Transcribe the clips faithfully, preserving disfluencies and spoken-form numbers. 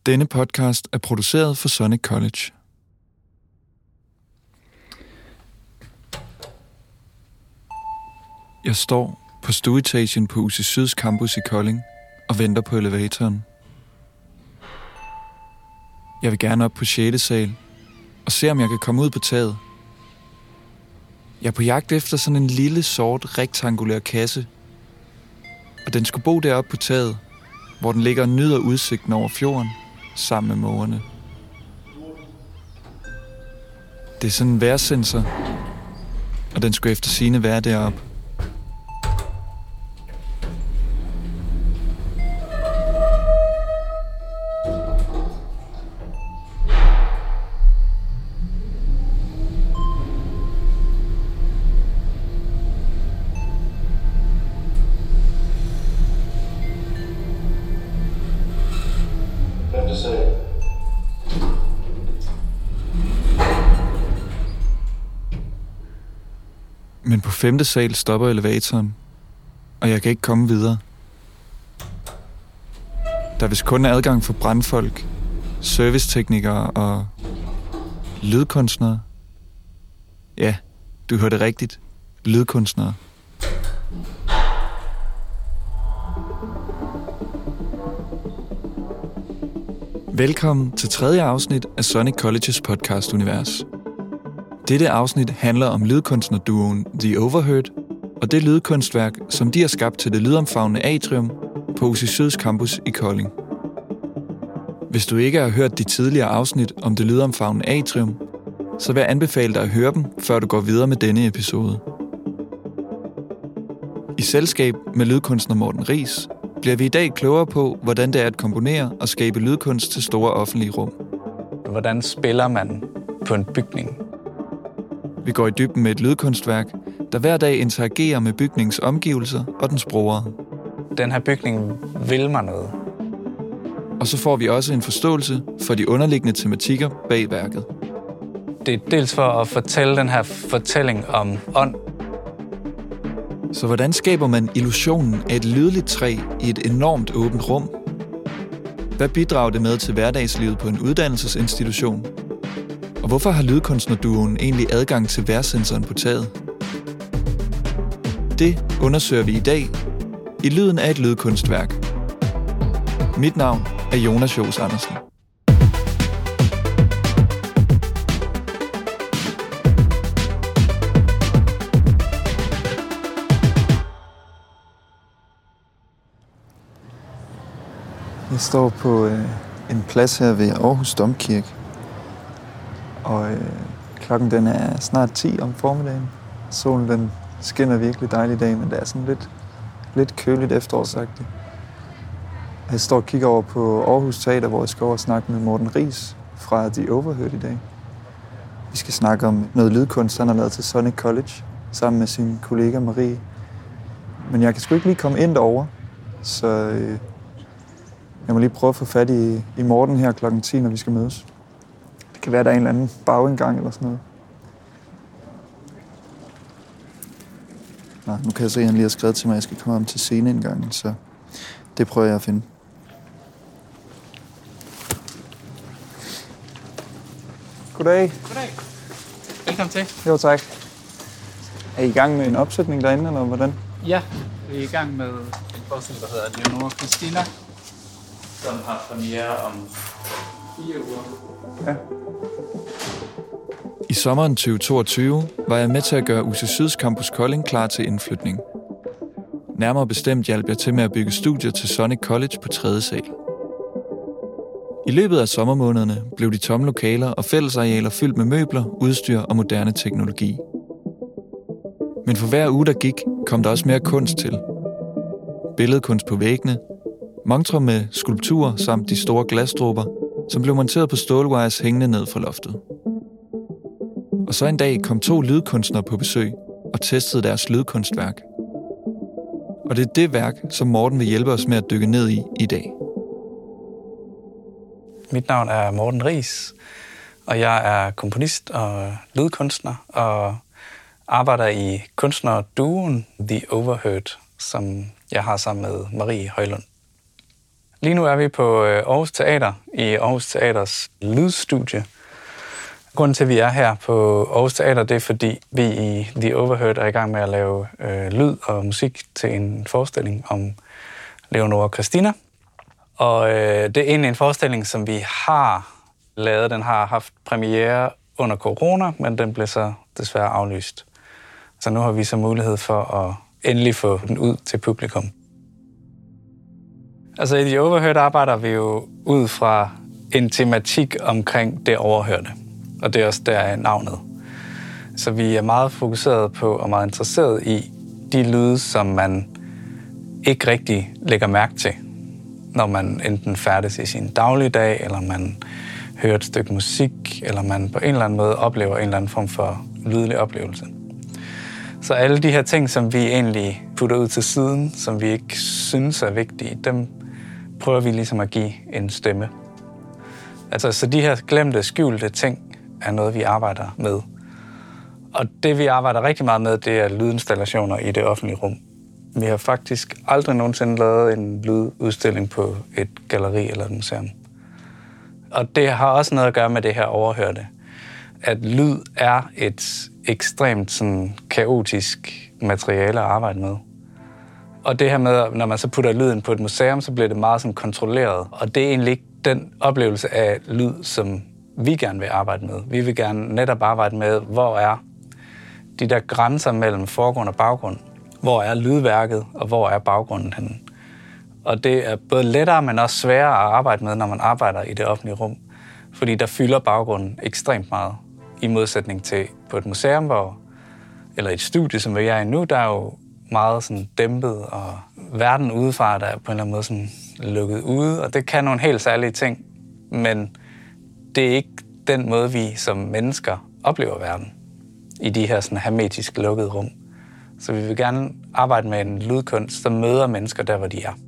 Denne podcast er produceret for Sonic College. Jeg står på stueetagen på U C Syds campus i Kolding og venter på elevatoren. Jeg vil gerne op på sjette sal og se, om jeg kan komme ud på taget. Jeg er på jagt efter sådan en lille, sort, rektangulær kasse, og den skulle bo deroppe på taget, hvor den ligger og nyder udsigten over fjorden sammen med mågerne. Det er sådan en vejrsensor, og den skulle efter sigende være deroppe. Men på femte sal stopper elevatoren, og jeg kan ikke komme videre. Der er vist kun adgang for brandfolk, serviceteknikere og lydkunstnere. Ja, du hørte rigtigt. Lydkunstnere. Velkommen til tredje afsnit af Sonic Colleges podcast-univers. Dette afsnit handler om lydkunstnerduoen The Overheard og det lydkunstværk, som de har skabt til det lydomfavnende atrium på U C Syds campus i Kolding. Hvis du ikke har hørt de tidligere afsnit om det lydomfavnende atrium, så vil jeg anbefale dig at høre dem, før du går videre med denne episode. I selskab med lydkunstner Morten Riis bliver vi i dag klogere på, hvordan det er at komponere og skabe lydkunst til store offentlige rum. Hvordan spiller man på en bygning? Vi går i dybden med et lydkunstværk, der hver dag interagerer med bygningens omgivelser og dens brugere. Den her bygning vil mig noget. Og så får vi også en forståelse for de underliggende tematikker bag værket. Det er dels for at fortælle den her fortælling om ånd. Så hvordan skaber man illusionen af et lydligt træ i et enormt åbent rum? Hvad bidrager det med til hverdagslivet på en uddannelsesinstitution? Og hvorfor har lydkunstnerduoen egentlig adgang til vejrsensoren på taget? Det undersøger vi i dag i lyden af et lydkunstværk. Mit navn er Jonas Johs Andersen. Jeg står på øh, en plads her ved Aarhus Domkirke. Og øh, klokken den er snart ti om formiddagen. Solen den skinner virkelig dejlig i dag, men det er sådan lidt, lidt køligt efterårsagtigt. Jeg står og kigger over på Aarhus Teater, hvor jeg skal over og snakke med Morten Riis fra The Overheard i dag. Vi skal snakke om noget lydkunst, han har lavet til Sonic College, sammen med sin kollega Marie. Men jeg kan sgu ikke lige komme ind derover, så øh, jeg må lige prøve at få fat i, i Morten her klokken ti, når vi skal mødes. Det kan være, der er en eller anden bagindgang eller sådan noget. Nå, nu kan jeg se, at han lige har skrevet til mig, at jeg skal komme om til sceneindgangen, så det prøver jeg at finde. Goddag. Goddag. Velkommen til. Jo, tak. Er I i gang med en opsætning derinde, eller hvordan? Ja, vi er i gang med en forestilling, der hedder Leonora Christina, som har premiere om fire uger. Ja. I sommeren tyve toogtyve var jeg med til at gøre U C Syds campus Kolding klar til indflytning. Nærmere bestemt hjalp jeg til med at bygge studier til Sonic College på tredje sal. I løbet af sommermånederne blev de tomme lokaler og fællesarealer fyldt med møbler, udstyr og moderne teknologi. Men for hver uge, der gik, kom der også mere kunst til. Billedkunst på væggene, montrer med skulpturer samt de store glasdråber, som blev monteret på stålwires hængende ned fra loftet. Og så en dag kom to lydkunstnere på besøg og testede deres lydkunstværk. Og det er det værk, som Morten vil hjælpe os med at dykke ned i i dag. Mit navn er Morten Riis, og jeg er komponist og lydkunstner og arbejder i kunstnerduoen The Overheard, som jeg har sammen med Marie Højlund. Lige nu er vi på Aarhus Teater i Aarhus Teaters lydstudie. Grunden til, at vi er her på Aarhus Teater, det er, fordi vi i The Overheard er i gang med at lave øh, lyd og musik til en forestilling om Leonora Christina. Og øh, det er egentlig en forestilling, som vi har lavet. Den har haft premiere under corona, men den blev så desværre aflyst. Så nu har vi så mulighed for at endelig få den ud til publikum. Altså i The Overheard arbejder vi jo ud fra en tematik omkring det overhørte. Og det er også der navnet. Så vi er meget fokuseret på og meget interesseret i de lyde, som man ikke rigtig lægger mærke til, når man enten færdes i sin dagligdag, eller man hører et stykke musik, eller man på en eller anden måde oplever en eller anden form for lydlig oplevelse. Så alle de her ting, som vi egentlig putter ud til siden, som vi ikke synes er vigtige, dem prøver vi ligesom at give en stemme. Altså, så de her glemte, skjulte ting er noget, vi arbejder med. Og det, vi arbejder rigtig meget med, det er lydinstallationer i det offentlige rum. Vi har faktisk aldrig nogensinde lavet en lydudstilling på et galleri eller et museum. Og det har også noget at gøre med det her overhørte. At lyd er et ekstremt sådan, kaotisk materiale at arbejde med. Og det her med, når man så putter lyden på et museum, så bliver det meget sådan, kontrolleret. Og det er egentlig ikke den oplevelse af lyd, som vi gerne vil arbejde med. Vi vil gerne netop arbejde med, hvor er de der grænser mellem forgrund og baggrund. Hvor er lydværket, og hvor er baggrunden henne. Og det er både lettere, men også sværere at arbejde med, når man arbejder i det offentlige rum. Fordi der fylder baggrunden ekstremt meget. I modsætning til på et museum, hvor, eller et studie, som vi er i nu, der er jo meget sådan dæmpet, og verden udefra, der er på en eller anden måde sådan lukket ude. Og det kan nogle helt særlige ting, men det er ikke den måde, vi som mennesker oplever verden i de her sådan hermetisk lukkede rum. Så vi vil gerne arbejde med en lydkunst, der møder mennesker der, hvor de er.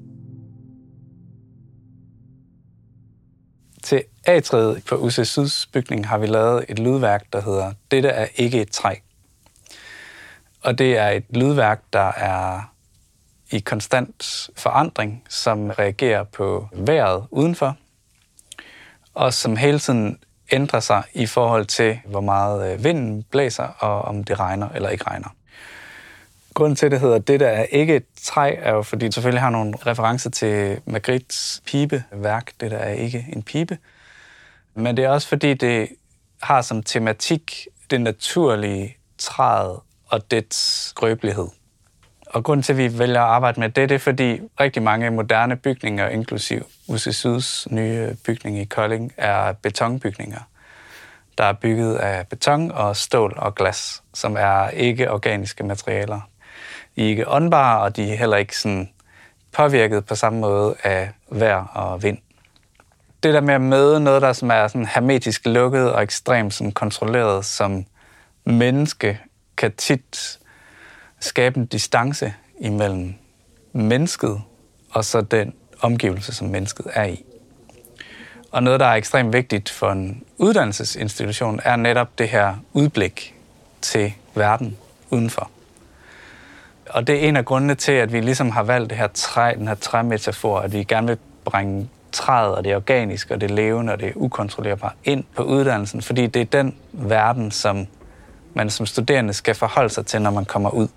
Til atriet på U C Syds bygning har vi lavet et lydværk, der hedder Dette er ikke et træ. Og det er et lydværk, der er i konstant forandring, som reagerer på vejret udenfor, og som hele tiden ændrer sig i forhold til, hvor meget vinden blæser, og om det regner eller ikke regner. Grunden til, at det hedder Dette er ikke et træ, er jo, fordi det selvfølgelig har nogle referencer til Magrittes pibeværk. Dette er ikke en pibe. Men det er også, fordi det har som tematik det naturlige træet og dets skrøbelighed. Og grunden til, at vi vælger at arbejde med det, det er, fordi rigtig mange moderne bygninger, inklusiv U C Syds nye bygning i Kolding, er betonbygninger, der er bygget af beton og stål og glas, som er ikke organiske materialer. De er ikke åndbare, og de er heller ikke sådan påvirket på samme måde af vejr og vind. Det der med at møde noget, der som er sådan hermetisk lukket og ekstremt sådan kontrolleret som menneske, kan tit skabe en distance imellem mennesket og så den omgivelse, som mennesket er i. Og noget, der er ekstremt vigtigt for en uddannelsesinstitution, er netop det her udblik til verden udenfor. Og det er en af grundene til, at vi ligesom har valgt det her træ, den her træmetafor, at vi gerne vil bringe træet og det organiske og det levende og det ukontrollerbare ind på uddannelsen, fordi det er den verden, som man som studerende skal forholde sig til, når man kommer ud.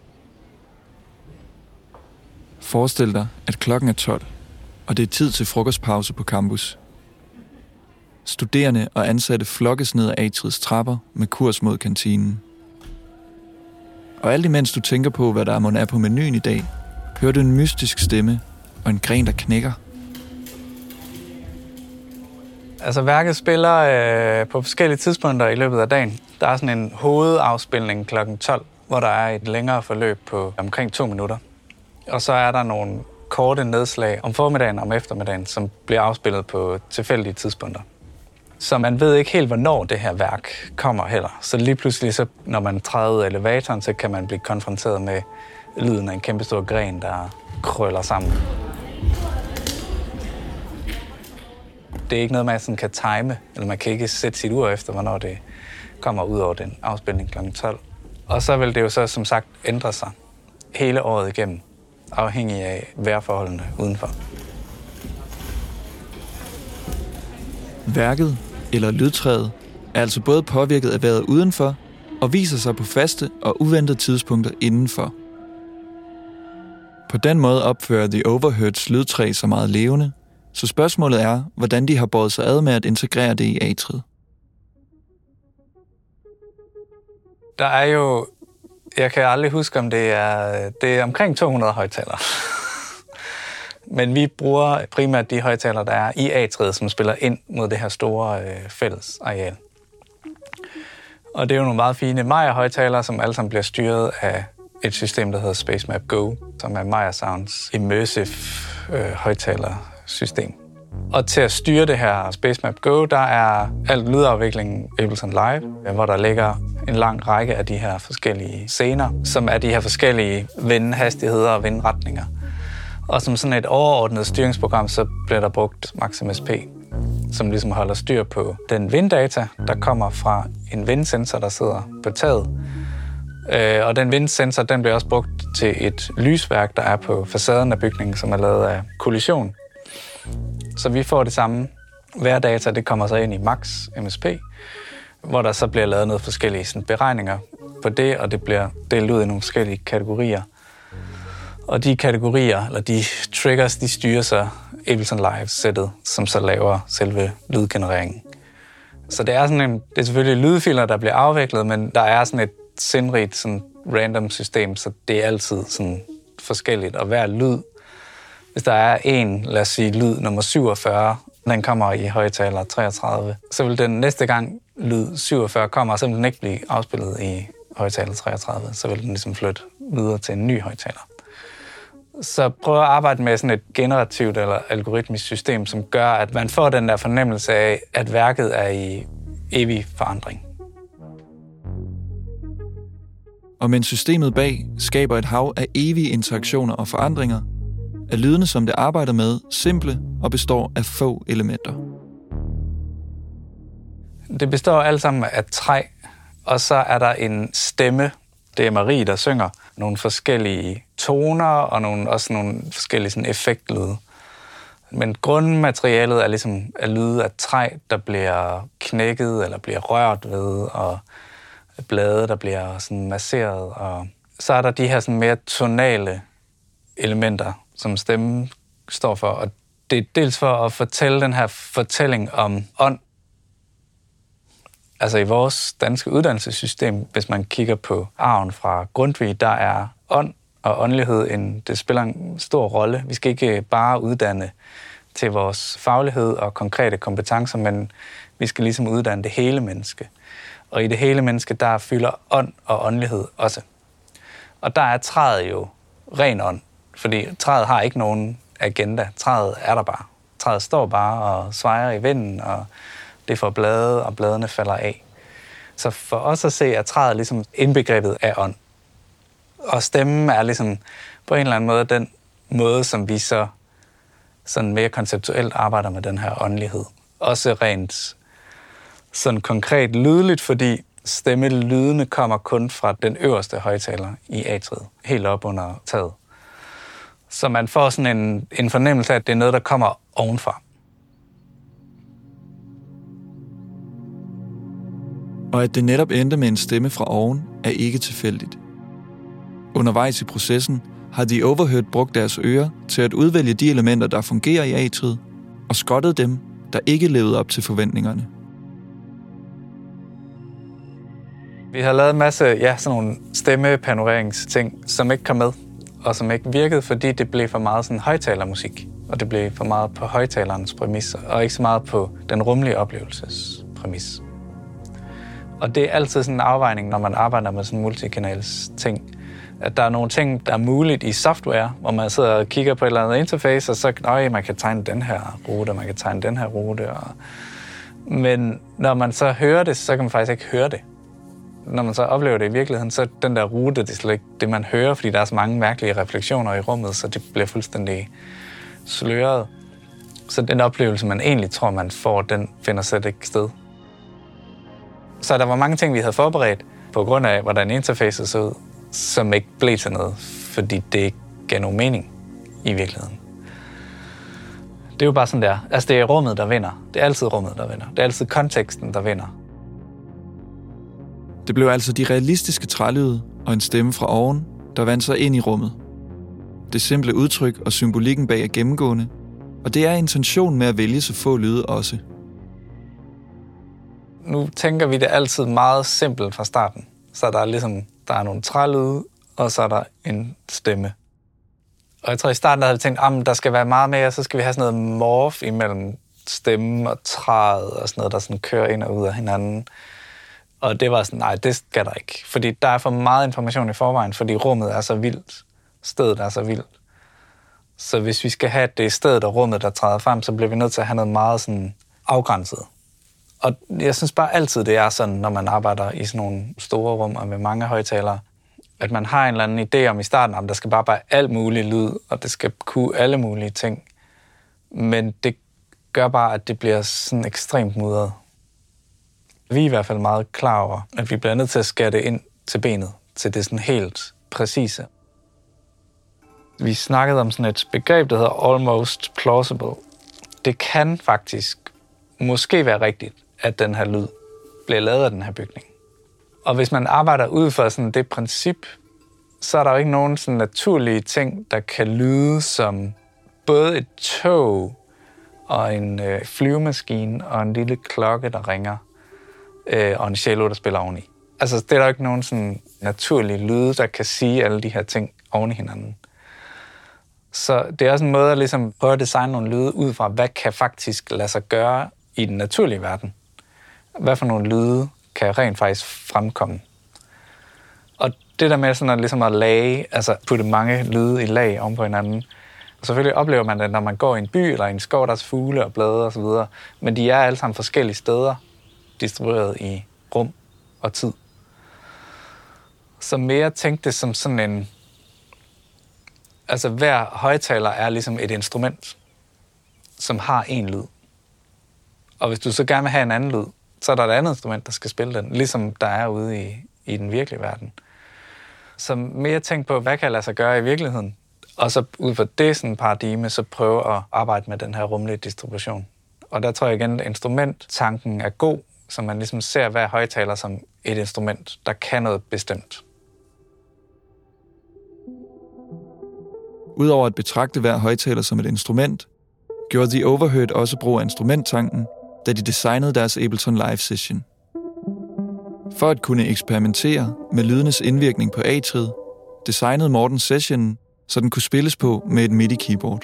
Forestil dig, at klokken er tolv, og det er tid til frokostpause på campus. Studerende og ansatte flokkes ned ad atriets trapper med kurs mod kantinen. Og alt imens du tænker på, hvad der mon er på menuen i dag, hører du en mystisk stemme og en gren, der knækker. Altså værket spiller øh, på forskellige tidspunkter i løbet af dagen. Der er sådan en hovedafspilning klokken tolv, hvor der er et længere forløb på omkring to minutter. Og så er der nogle korte nedslag om formiddagen og om eftermiddagen, som bliver afspillet på tilfældige tidspunkter. Så man ved ikke helt, hvornår det her værk kommer heller. Så lige pludselig, så, når man træder ud af elevatoren, så kan man blive konfronteret med lyden af en kæmpestor gren, der krøller sammen. Det er ikke noget, man sådan kan time, eller man kan ikke sætte sit ur efter, hvornår det kommer ud over den afspilning klokken tolv. Og så vil det jo så, som sagt, ændre sig hele året igennem, afhængig af vejrforholdene udenfor. Værket, eller lydtræet, er altså både påvirket af vejret udenfor og viser sig på faste og uventede tidspunkter indenfor. På den måde opfører The Overheards lydtræ så meget levende, så spørgsmålet er, hvordan de har båret sig ad med at integrere det i atriet. Der er jo, jeg kan aldrig huske, om det er, det er omkring to hundrede højttalere. Men vi bruger primært de højttalere, der er i atriet, som spiller ind mod det her store øh, fælles areal. Og det er jo nogle meget fine Meyer-højttalere, som alle sammen bliver styret af et system, der hedder SpaceMap Go, som er Meyer Sounds immersive øh, højttalersystem. Og til at styre det her SpaceMap Go, der er alt lydafviklingen Ableton Live, hvor der ligger en lang række af de her forskellige scener, som er de her forskellige vindhastigheder og vindretninger. Og som sådan et overordnet styringsprogram, så bliver der brugt Maximus P, som ligesom holder styr på den vinddata, der kommer fra en vindsensor, der sidder på taget. Og den vindsensor, den bliver også brugt til et lysværk, der er på facaden af bygningen, som er lavet af kollision. Så vi får det samme vejrdata, det kommer så ind i Max M S P, hvor der så bliver lavet noget forskellige sådan, beregninger på det, og det bliver delt ud i nogle forskellige kategorier. Og de kategorier, eller de triggers, de styrer så Ableton Live-sættet, som så laver selve lydgenereringen. Så det er sådan en, det er selvfølgelig lydfiler, der bliver afviklet, men der er sådan et sindrigt sådan random system, så det er altid sådan forskelligt. Og hver lyd, hvis der er en, lad os sige, lyd nummer syvogfyrre, den kommer i højttaler treogtredive, så vil den næste gang lyd syvogfyrre kommer, og simpelthen ikke blive afspillet i højttaler treogtredive, så vil den ligesom flytte videre til en ny højttaler. Så prøv at arbejde med sådan et generativt eller algoritmisk system, som gør, at man får den der fornemmelse af, at værket er i evig forandring. Og mens systemet bag skaber et hav af evige interaktioner og forandringer, er lydene, som det arbejder med, simple og består af få elementer. Det består alt sammen af træ, og så er der en stemme. Det er Marie, der synger nogle forskellige toner og nogle, også nogle forskellige sådan, effektlyde. Men grundmaterialet er ligesom af lyde af træ, der bliver knækket eller bliver rørt ved, og blade, der bliver sådan masseret. Og så er der de her sådan mere tonale elementer, som stemmen står for. Og det er dels for at fortælle den her fortælling om ånd. Altså i vores danske uddannelsessystem, hvis man kigger på arven fra Grundtvig, der er ånd og åndelighed, en, det spiller en stor rolle. Vi skal ikke bare uddanne til vores faglighed og konkrete kompetencer, men vi skal ligesom uddanne det hele menneske. Og i det hele menneske, der fylder ånd og åndelighed også. Og der er træet jo ren ånd, fordi træet har ikke nogen agenda. Træet er der bare. Træet står bare og svejer i vinden, og det får blade, og bladene falder af. Så for os at se, er træet ligesom indbegrebet af ånd. Og stemmen er ligesom på en eller anden måde den måde, som vi så sådan mere konceptuelt arbejder med den her åndelighed. Også rent sådan konkret lydligt, fordi stemmelydene kommer kun fra den øverste højttaler i atriet, helt op under taget. Så man får sådan en, en fornemmelse af, at det er noget, der kommer ovenfra. Og at det netop endte med en stemme fra oven, er ikke tilfældigt. Undervejs i processen har The Overheard brugt deres ører til at udvælge de elementer, der fungerer i atriet, og skottet dem, der ikke levede op til forventningerne. Vi har lavet en masse ja, sådan nogle stemmepanoreringsting, som ikke kom med, og som ikke virkede, fordi det blev for meget sådan højttalermusik, og det blev for meget på højttalerens præmis, og ikke så meget på den rumlige oplevelses præmis. Og det er altid sådan en afvejning, når man arbejder med sådan multikanals ting, at der er nogle ting, der er muligt i software, hvor man sidder og kigger på et eller andet interface, og så kan man kan tegne den her rute, man kan tegne den her rute. Og... Men når man så hører det, så kan man faktisk ikke høre det. Når man så oplever det i virkeligheden, så den der rute, det er slet ikke det, man hører, fordi der er så mange mærkelige refleksioner i rummet, så det bliver fuldstændig sløret. Så den oplevelse, man egentlig tror, man får, den finder slet ikke sted. Så der var mange ting, vi havde forberedt, på grund af, hvordan interfacet så ud, som ikke blev til noget, fordi det ikke gav nogen mening i virkeligheden. Det er jo bare sådan der. Altså, det er rummet, der vinder. Det er altid rummet, der vinder. Det er altid konteksten, der vinder. Det blev altså de realistiske trælyde og en stemme fra oven, der vandt sig ind i rummet. Det simple udtryk og symbolikken bag er gennemgående, og det er intentionen med at vælge så få lyde også. Nu tænker vi det altid meget simpelt fra starten. Så der er ligesom, der er nogle trælyde, og så er der en stemme. Og jeg tror, i starten havde vi tænkt, at der skal være meget mere, så skal vi have sådan noget morf imellem stemmen og træet og sådan noget, der sådan kører ind og ud af hinanden. Og det var sådan, nej, det skal der ikke. Fordi der er for meget information i forvejen, fordi rummet er så vildt. Stedet er så vildt. Så hvis vi skal have, at det er stedet og rummet, der træder frem, så bliver vi nødt til at have noget meget sådan afgrænset. Og jeg synes bare altid, det er sådan, når man arbejder i sådan nogle store rum og med mange højtalere, at man har en eller anden idé om i starten, om der skal bare være alt muligt lyd, og det skal kunne alle mulige ting. Men det gør bare, at det bliver sådan ekstremt mudret. Vi er i hvert fald meget klar over, at vi bliver nødt til at skære det ind til benet, til det sådan helt præcise. Vi snakkede om sådan et begreb, der hedder almost plausible. Det kan faktisk måske være rigtigt, at den her lyd bliver lavet af den her bygning. Og hvis man arbejder ud fra sådan det princip, så er der jo ikke nogen sådan naturlige ting, der kan lyde som både et tog og en øh, flyvemaskine og en lille klokke, der ringer, øh, og en cello, der spiller oveni. Altså, det er der jo ikke nogen sådan naturlige lyde, der kan sige alle de her ting oven i hinanden. Så det er også en måde at ligesom prøve at designe nogle lyde ud fra, hvad kan faktisk lade sig gøre i den naturlige verden. Hvad for nogle lyde kan rent faktisk fremkomme. Og det der med sådan at, ligesom at lage, altså putte mange lyde i lag oven på hinanden. Og selvfølgelig oplever man det, når man går i en by eller i en skov, der er fugle og blade og så videre. Men de er alle sammen forskellige steder, distribueret i rum og tid. Så mere tænk det som sådan en... Altså hver højtaler er ligesom et instrument, som har en lyd. Og hvis du så gerne vil have en anden lyd, så er der et andet instrument, der skal spille den, ligesom der er ude i, i den virkelige verden. Så mere tænk på, hvad kan lade sig gøre i virkeligheden, og så ud fra det sådan paradigme, så prøve at arbejde med den her rumlige distribution. Og der tror jeg igen, at instrumenttanken er god, så man ligesom ser hver højtaler som et instrument, der kan noget bestemt. Udover at betragte hver højtaler som et instrument, gjorde The Overheard også brug af instrumenttanken, da de designede deres Ableton Live Session. For at kunne eksperimentere med lydenes indvirkning på atriet, designede Morten sessionen, så den kunne spilles på med et MIDI-keyboard.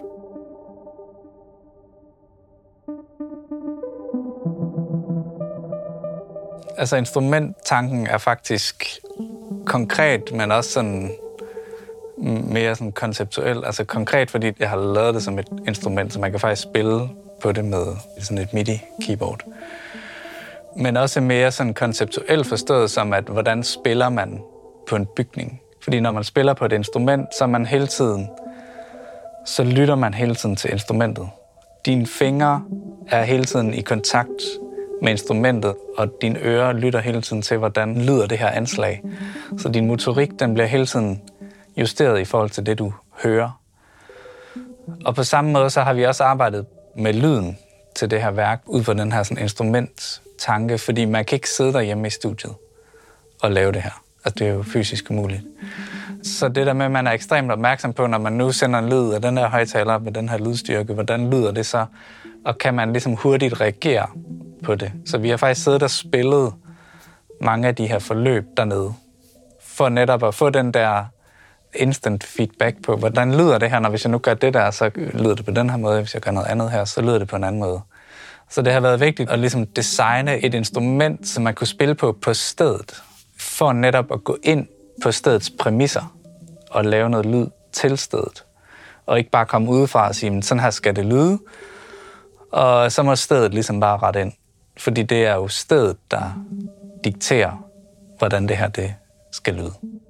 Altså instrumenttanken er faktisk konkret, men også sådan mere sådan konceptuel. Altså konkret, fordi jeg har lavet det som et instrument, så man kan faktisk spille på det med sådan et MIDI-keyboard. Men også mere sådan konceptuelt forstået som, at hvordan spiller man på en bygning. Fordi når man spiller på et instrument, så er man hele tiden, så lytter man hele tiden til instrumentet. Dine fingre er hele tiden i kontakt med instrumentet, og dine ører lytter hele tiden til, hvordan lyder det her anslag. Så din motorik, den bliver hele tiden justeret i forhold til det, du hører. Og på samme måde, så har vi også arbejdet med lyden til det her værk, ud fra den her sådan instrumenttanke, fordi man kan ikke sidde derhjemme i studiet og lave det her. Altså, det er jo fysisk umuligt. Så det der med, at man er ekstremt opmærksom på, når man nu sender en lyd af den her højtaler med den her lydstyrke, hvordan lyder det så? Og kan man ligesom hurtigt reagere på det? Så vi har faktisk siddet og spillet mange af de her forløb dernede, for netop at få den der instant feedback på, hvordan lyder det her, når hvis jeg nu gør det der, så lyder det på den her måde, hvis jeg gør noget andet her, så lyder det på en anden måde. Så det har været vigtigt at ligesom designe et instrument, som man kunne spille på på stedet, for netop at gå ind på stedets præmisser og lave noget lyd til stedet. Og ikke bare komme udefra og sige, sådan her skal det lyde, og så må stedet ligesom bare rette ind. Fordi det er jo stedet, der dikterer, hvordan det her det skal lyde.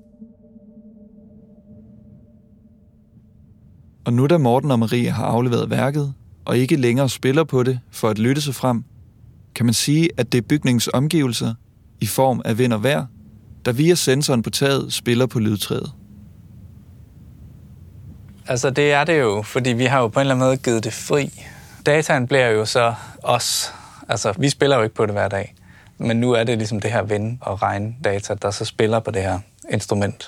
Og nu da Morten og Marie har afleveret værket, og ikke længere spiller på det for at lytte sig frem, kan man sige, at det er bygningens omgivelser, i form af vind og vejr, der via sensoren på taget spiller på lydtræet. Altså det er det jo, fordi vi har jo på en eller anden måde givet det fri. Dataen bliver jo så os. Altså, vi spiller jo ikke på det hver dag. Men nu er det ligesom det her vind- og regndata, der så spiller på det her instrument.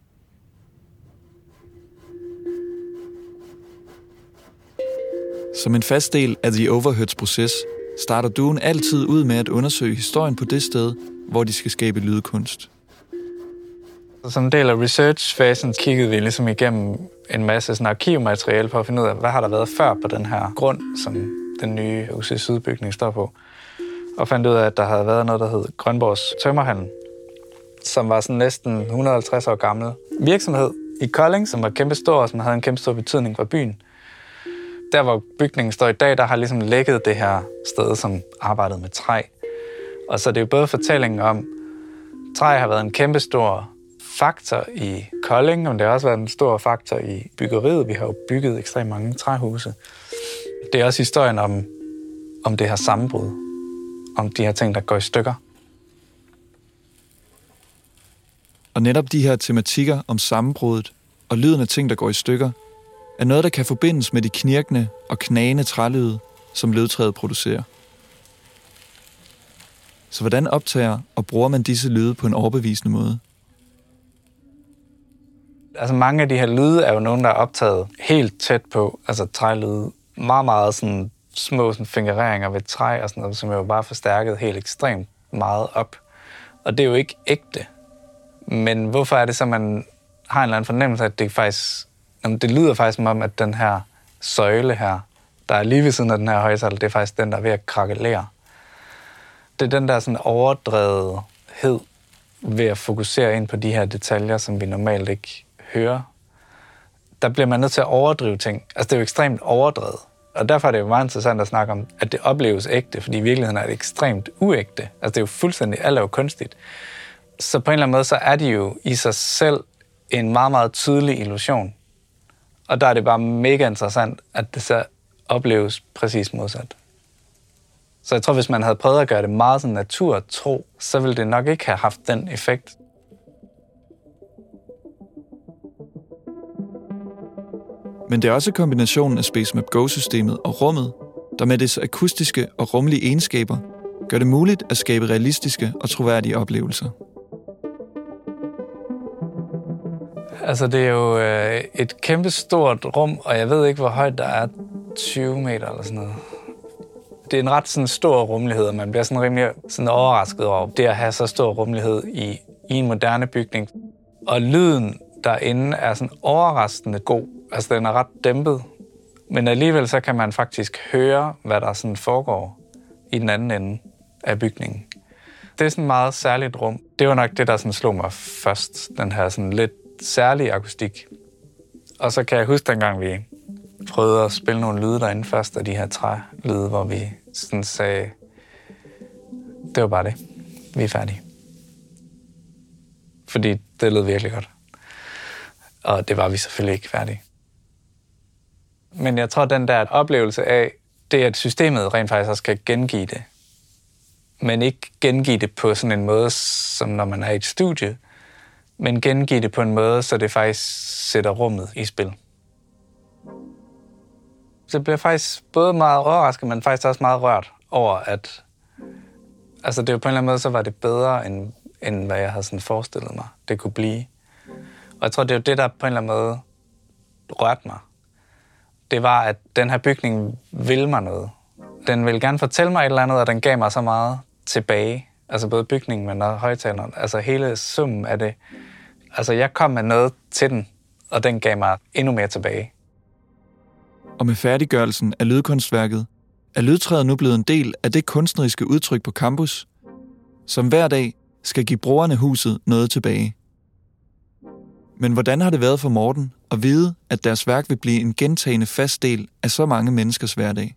Som en fast del af The Overheads proces, starter duoen altid ud med at undersøge historien på det sted, hvor de skal skabe lydkunst. Som en del af research-fasen kiggede vi ligesom igennem en masse sådan arkivmateriale på at finde ud af, hvad har der været før på den her grund, som den nye U C Syd-bygning står på. Og fandt ud af, at der havde været noget, der hed Grønborgs Tømmerhandel, som var sådan næsten et hundrede og halvtreds år gammel virksomhed i Kolding, som var kæmpestor, og som havde en kæmpestor betydning for byen. Der, hvor bygningen står i dag, der har ligesom lægget det her sted, som arbejdede med træ. Og så det er jo både fortællingen om, træ har været en kæmpestor faktor i Kolding, men det har også været en stor faktor i byggeriet. Vi har jo bygget ekstremt mange træhuse. Det er også historien om, om det her sammenbrud, om de her ting, der går i stykker. Og netop de her tematikker om sammenbruddet og lyden af ting, der går i stykker, er noget, der kan forbindes med de knirkende og knagende trælyde, som løvtræet producerer. Så hvordan optager og bruger man disse lyde på en overbevisende måde? Altså mange af de her lyde er jo nogen, der er optaget helt tæt på, altså trælyde. Meget, meget sådan små sådan fingereringer ved træ og sådan noget, som er jo bare forstærket helt ekstremt meget op. Og det er jo ikke ægte. Men hvorfor er det så, man har en eller anden fornemmelse af, at det faktisk, det lyder faktisk som om, at den her søjle her, der er lige ved siden af den her højttaler, det er faktisk den, der er ved at krakelere. Det er den der sådan overdrevethed ved at fokusere ind på de her detaljer, som vi normalt ikke hører. Der bliver man nødt til at overdrive ting. Altså det er jo ekstremt overdrevet. Og derfor er det jo meget interessant at snakke om, at det opleves ægte, fordi i virkeligheden er det ekstremt uægte. Altså det er jo fuldstændig, alt er jo kunstigt. Så på en eller anden måde, så er de jo i sig selv en meget, meget tydelig illusion. Og der er det bare mega interessant, at det så opleves præcis modsat. Så jeg tror, hvis man havde prøvet at gøre det meget sådan naturtro, så ville det nok ikke have haft den effekt. Men det er også kombinationen af SpaceMap Go-systemet og rummet, der med dets akustiske og rumlige egenskaber gør det muligt at skabe realistiske og troværdige oplevelser. Altså, det er jo øh, et kæmpestort rum, og jeg ved ikke, hvor højt der er, tyve meter eller sådan noget. Det er en ret sådan stor rummelighed, og man bliver sådan rimelig sådan overrasket over det at have så stor rummelighed i, i en moderne bygning. Og lyden derinde er sådan overraskende god. Altså, den er ret dæmpet, men alligevel så kan man faktisk høre, hvad der sådan foregår i den anden ende af bygningen. Det er sådan et meget særligt rum. Det var nok det, der sådan slog mig først, den her sådan lidt særlige akustik. Og så kan jeg huske, dengang vi prøvede at spille nogle lyde derinde først, af de her trælyde, hvor vi sådan sagde, det var bare det. Vi er færdige. Fordi det lød virkelig godt. Og det var vi selvfølgelig ikke færdige. Men jeg tror, den der oplevelse af, det at systemet rent faktisk også kan gengive det, men ikke gengive det på sådan en måde, som når man er i et studie, men gengive det på en måde, så det faktisk sætter rummet i spil. Så det bliver faktisk både meget overrasket, men faktisk også meget rørt over, at altså det var på en eller anden måde, så var det bedre, end, end hvad jeg havde sådan forestillet mig, det kunne blive. Og jeg tror, det er jo det, der på en eller anden måde rørte mig. Det var, at den her bygning ville mig noget. Den ville gerne fortælle mig et eller andet, og den gav mig så meget tilbage. Altså både bygningen, men også højtaleren. Altså hele summen af det. Altså jeg kom med noget til den, og den gav mig endnu mere tilbage. Og med færdiggørelsen af lydkunstværket, er lydtræet nu blevet en del af det kunstneriske udtryk på campus, som hver dag skal give brugerne huset noget tilbage. Men hvordan har det været for Morten at vide, at deres værk vil blive en gentagende fast del af så mange menneskers hverdag?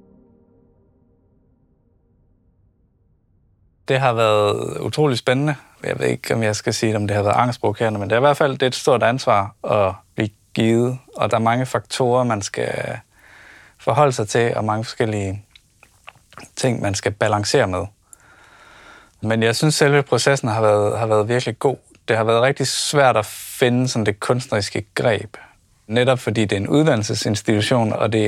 Det har været utrolig spændende. Jeg ved ikke, om jeg skal sige, om det har været angstprovokerende, men det er i hvert fald det er et stort ansvar at blive givet, og der er mange faktorer, man skal forholde sig til, og mange forskellige ting, man skal balancere med. Men jeg synes, selve processen har været, har været virkelig god. Det har været rigtig svært at finde sådan det kunstneriske greb. Netop fordi det er en uddannelsesinstitution, og det er et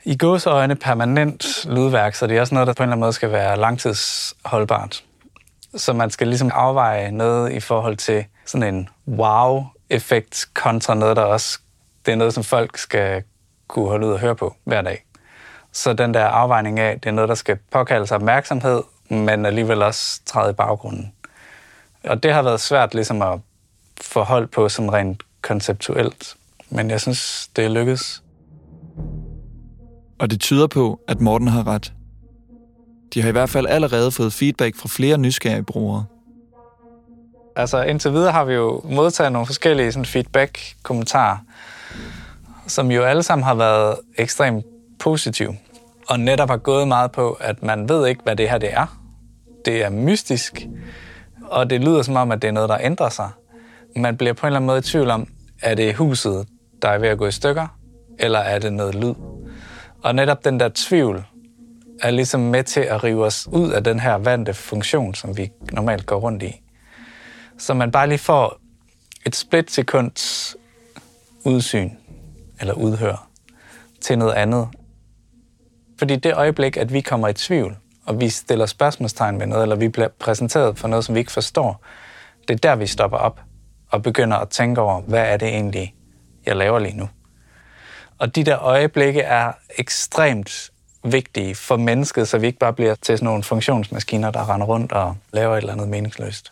i gåseøjne permanent lydværk, så det er også noget, der på en eller anden måde skal være langtidsholdbart. Så man skal ligesom afveje noget i forhold til sådan en wow-effekt kontra noget, der også det er noget, som folk skal kunne holde ud og høre på hver dag. Så den der afvejning af, det er noget, der skal påkalde sig opmærksomhed, men alligevel også træde i baggrunden. Og det har været svært ligesom at få hold på sådan rent konceptuelt. Men jeg synes, det er lykkedes. Og det tyder på, at Morten har ret. De har i hvert fald allerede fået feedback fra flere nysgerrige brugere. Altså indtil videre har vi jo modtaget nogle forskellige sådan, feedback-kommentarer, som jo alle sammen har været ekstremt positive. Og netop har gået meget på, at man ved ikke, hvad det her det er. Det er mystisk, og det lyder som om, at det er noget, der ændrer sig. Man bliver på en eller anden måde i tvivl om, er det huset, der er ved at gå i stykker, eller er det noget lyd? Og netop den der tvivl er ligesom med til at rive os ud af den her vante funktion, som vi normalt går rundt i. Så man bare lige får et splitsekunds udsyn, eller udhør, til noget andet. Fordi det øjeblik, at vi kommer i tvivl, og vi stiller spørgsmålstegn ved noget, eller vi bliver præsenteret for noget, som vi ikke forstår, det er der, vi stopper op og begynder at tænke over, hvad er det egentlig, jeg laver lige nu. Og de der øjeblikke er ekstremt vigtige for mennesket, så vi ikke bare bliver til sådan nogle funktionsmaskiner, der render rundt og laver et eller andet meningsløst.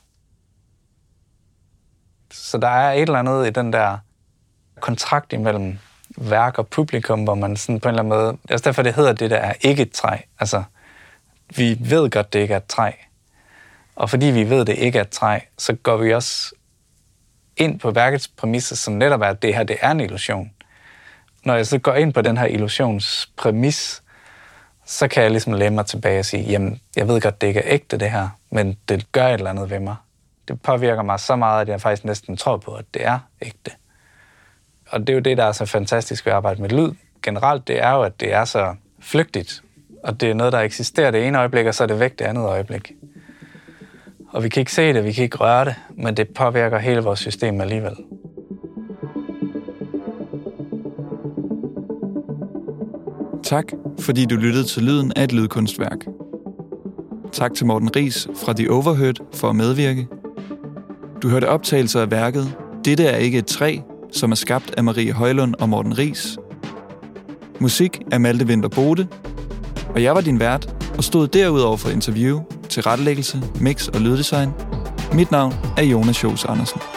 Så der er et eller andet i den der kontrakt imellem værk og publikum, hvor man sådan på en eller anden måde... Det er også derfor, det hedder, det der er ikke et træ. Altså, vi ved godt, det ikke er et træ. Og fordi vi ved, det ikke er et træ, så går vi også ind på værkets præmisser, som netop er, at det her, det er en illusion. Når jeg så går ind på den her illusionspræmis, så kan jeg ligesom læne mig tilbage og sige, jamen, jeg ved godt, det ikke er ægte, det her, men det gør et eller andet ved mig. Det påvirker mig så meget, at jeg faktisk næsten tror på, at det er ægte. Og det er jo det, der er så fantastisk ved at arbejde med lyd. Generelt, det er jo, at det er så flygtigt. Og det er noget, der eksisterer det ene øjeblik, og så er det væk det andet øjeblik. Og vi kan ikke se det, vi kan ikke røre det, men det påvirker hele vores system alligevel. Tak, fordi du lyttede til lyden af et lydkunstværk. Tak til Morten Riis fra The Overheard for at medvirke. Du hørte optagelser af værket Dette er ikke et træ, som er skabt af Marie Højlund og Morten Riis. Musik af Malte Winther Bode. Og jeg var din vært og stod derudover for interview, tilrettelæggelse, mix og lyddesign. Mit navn er Jonas Schoos Andersen.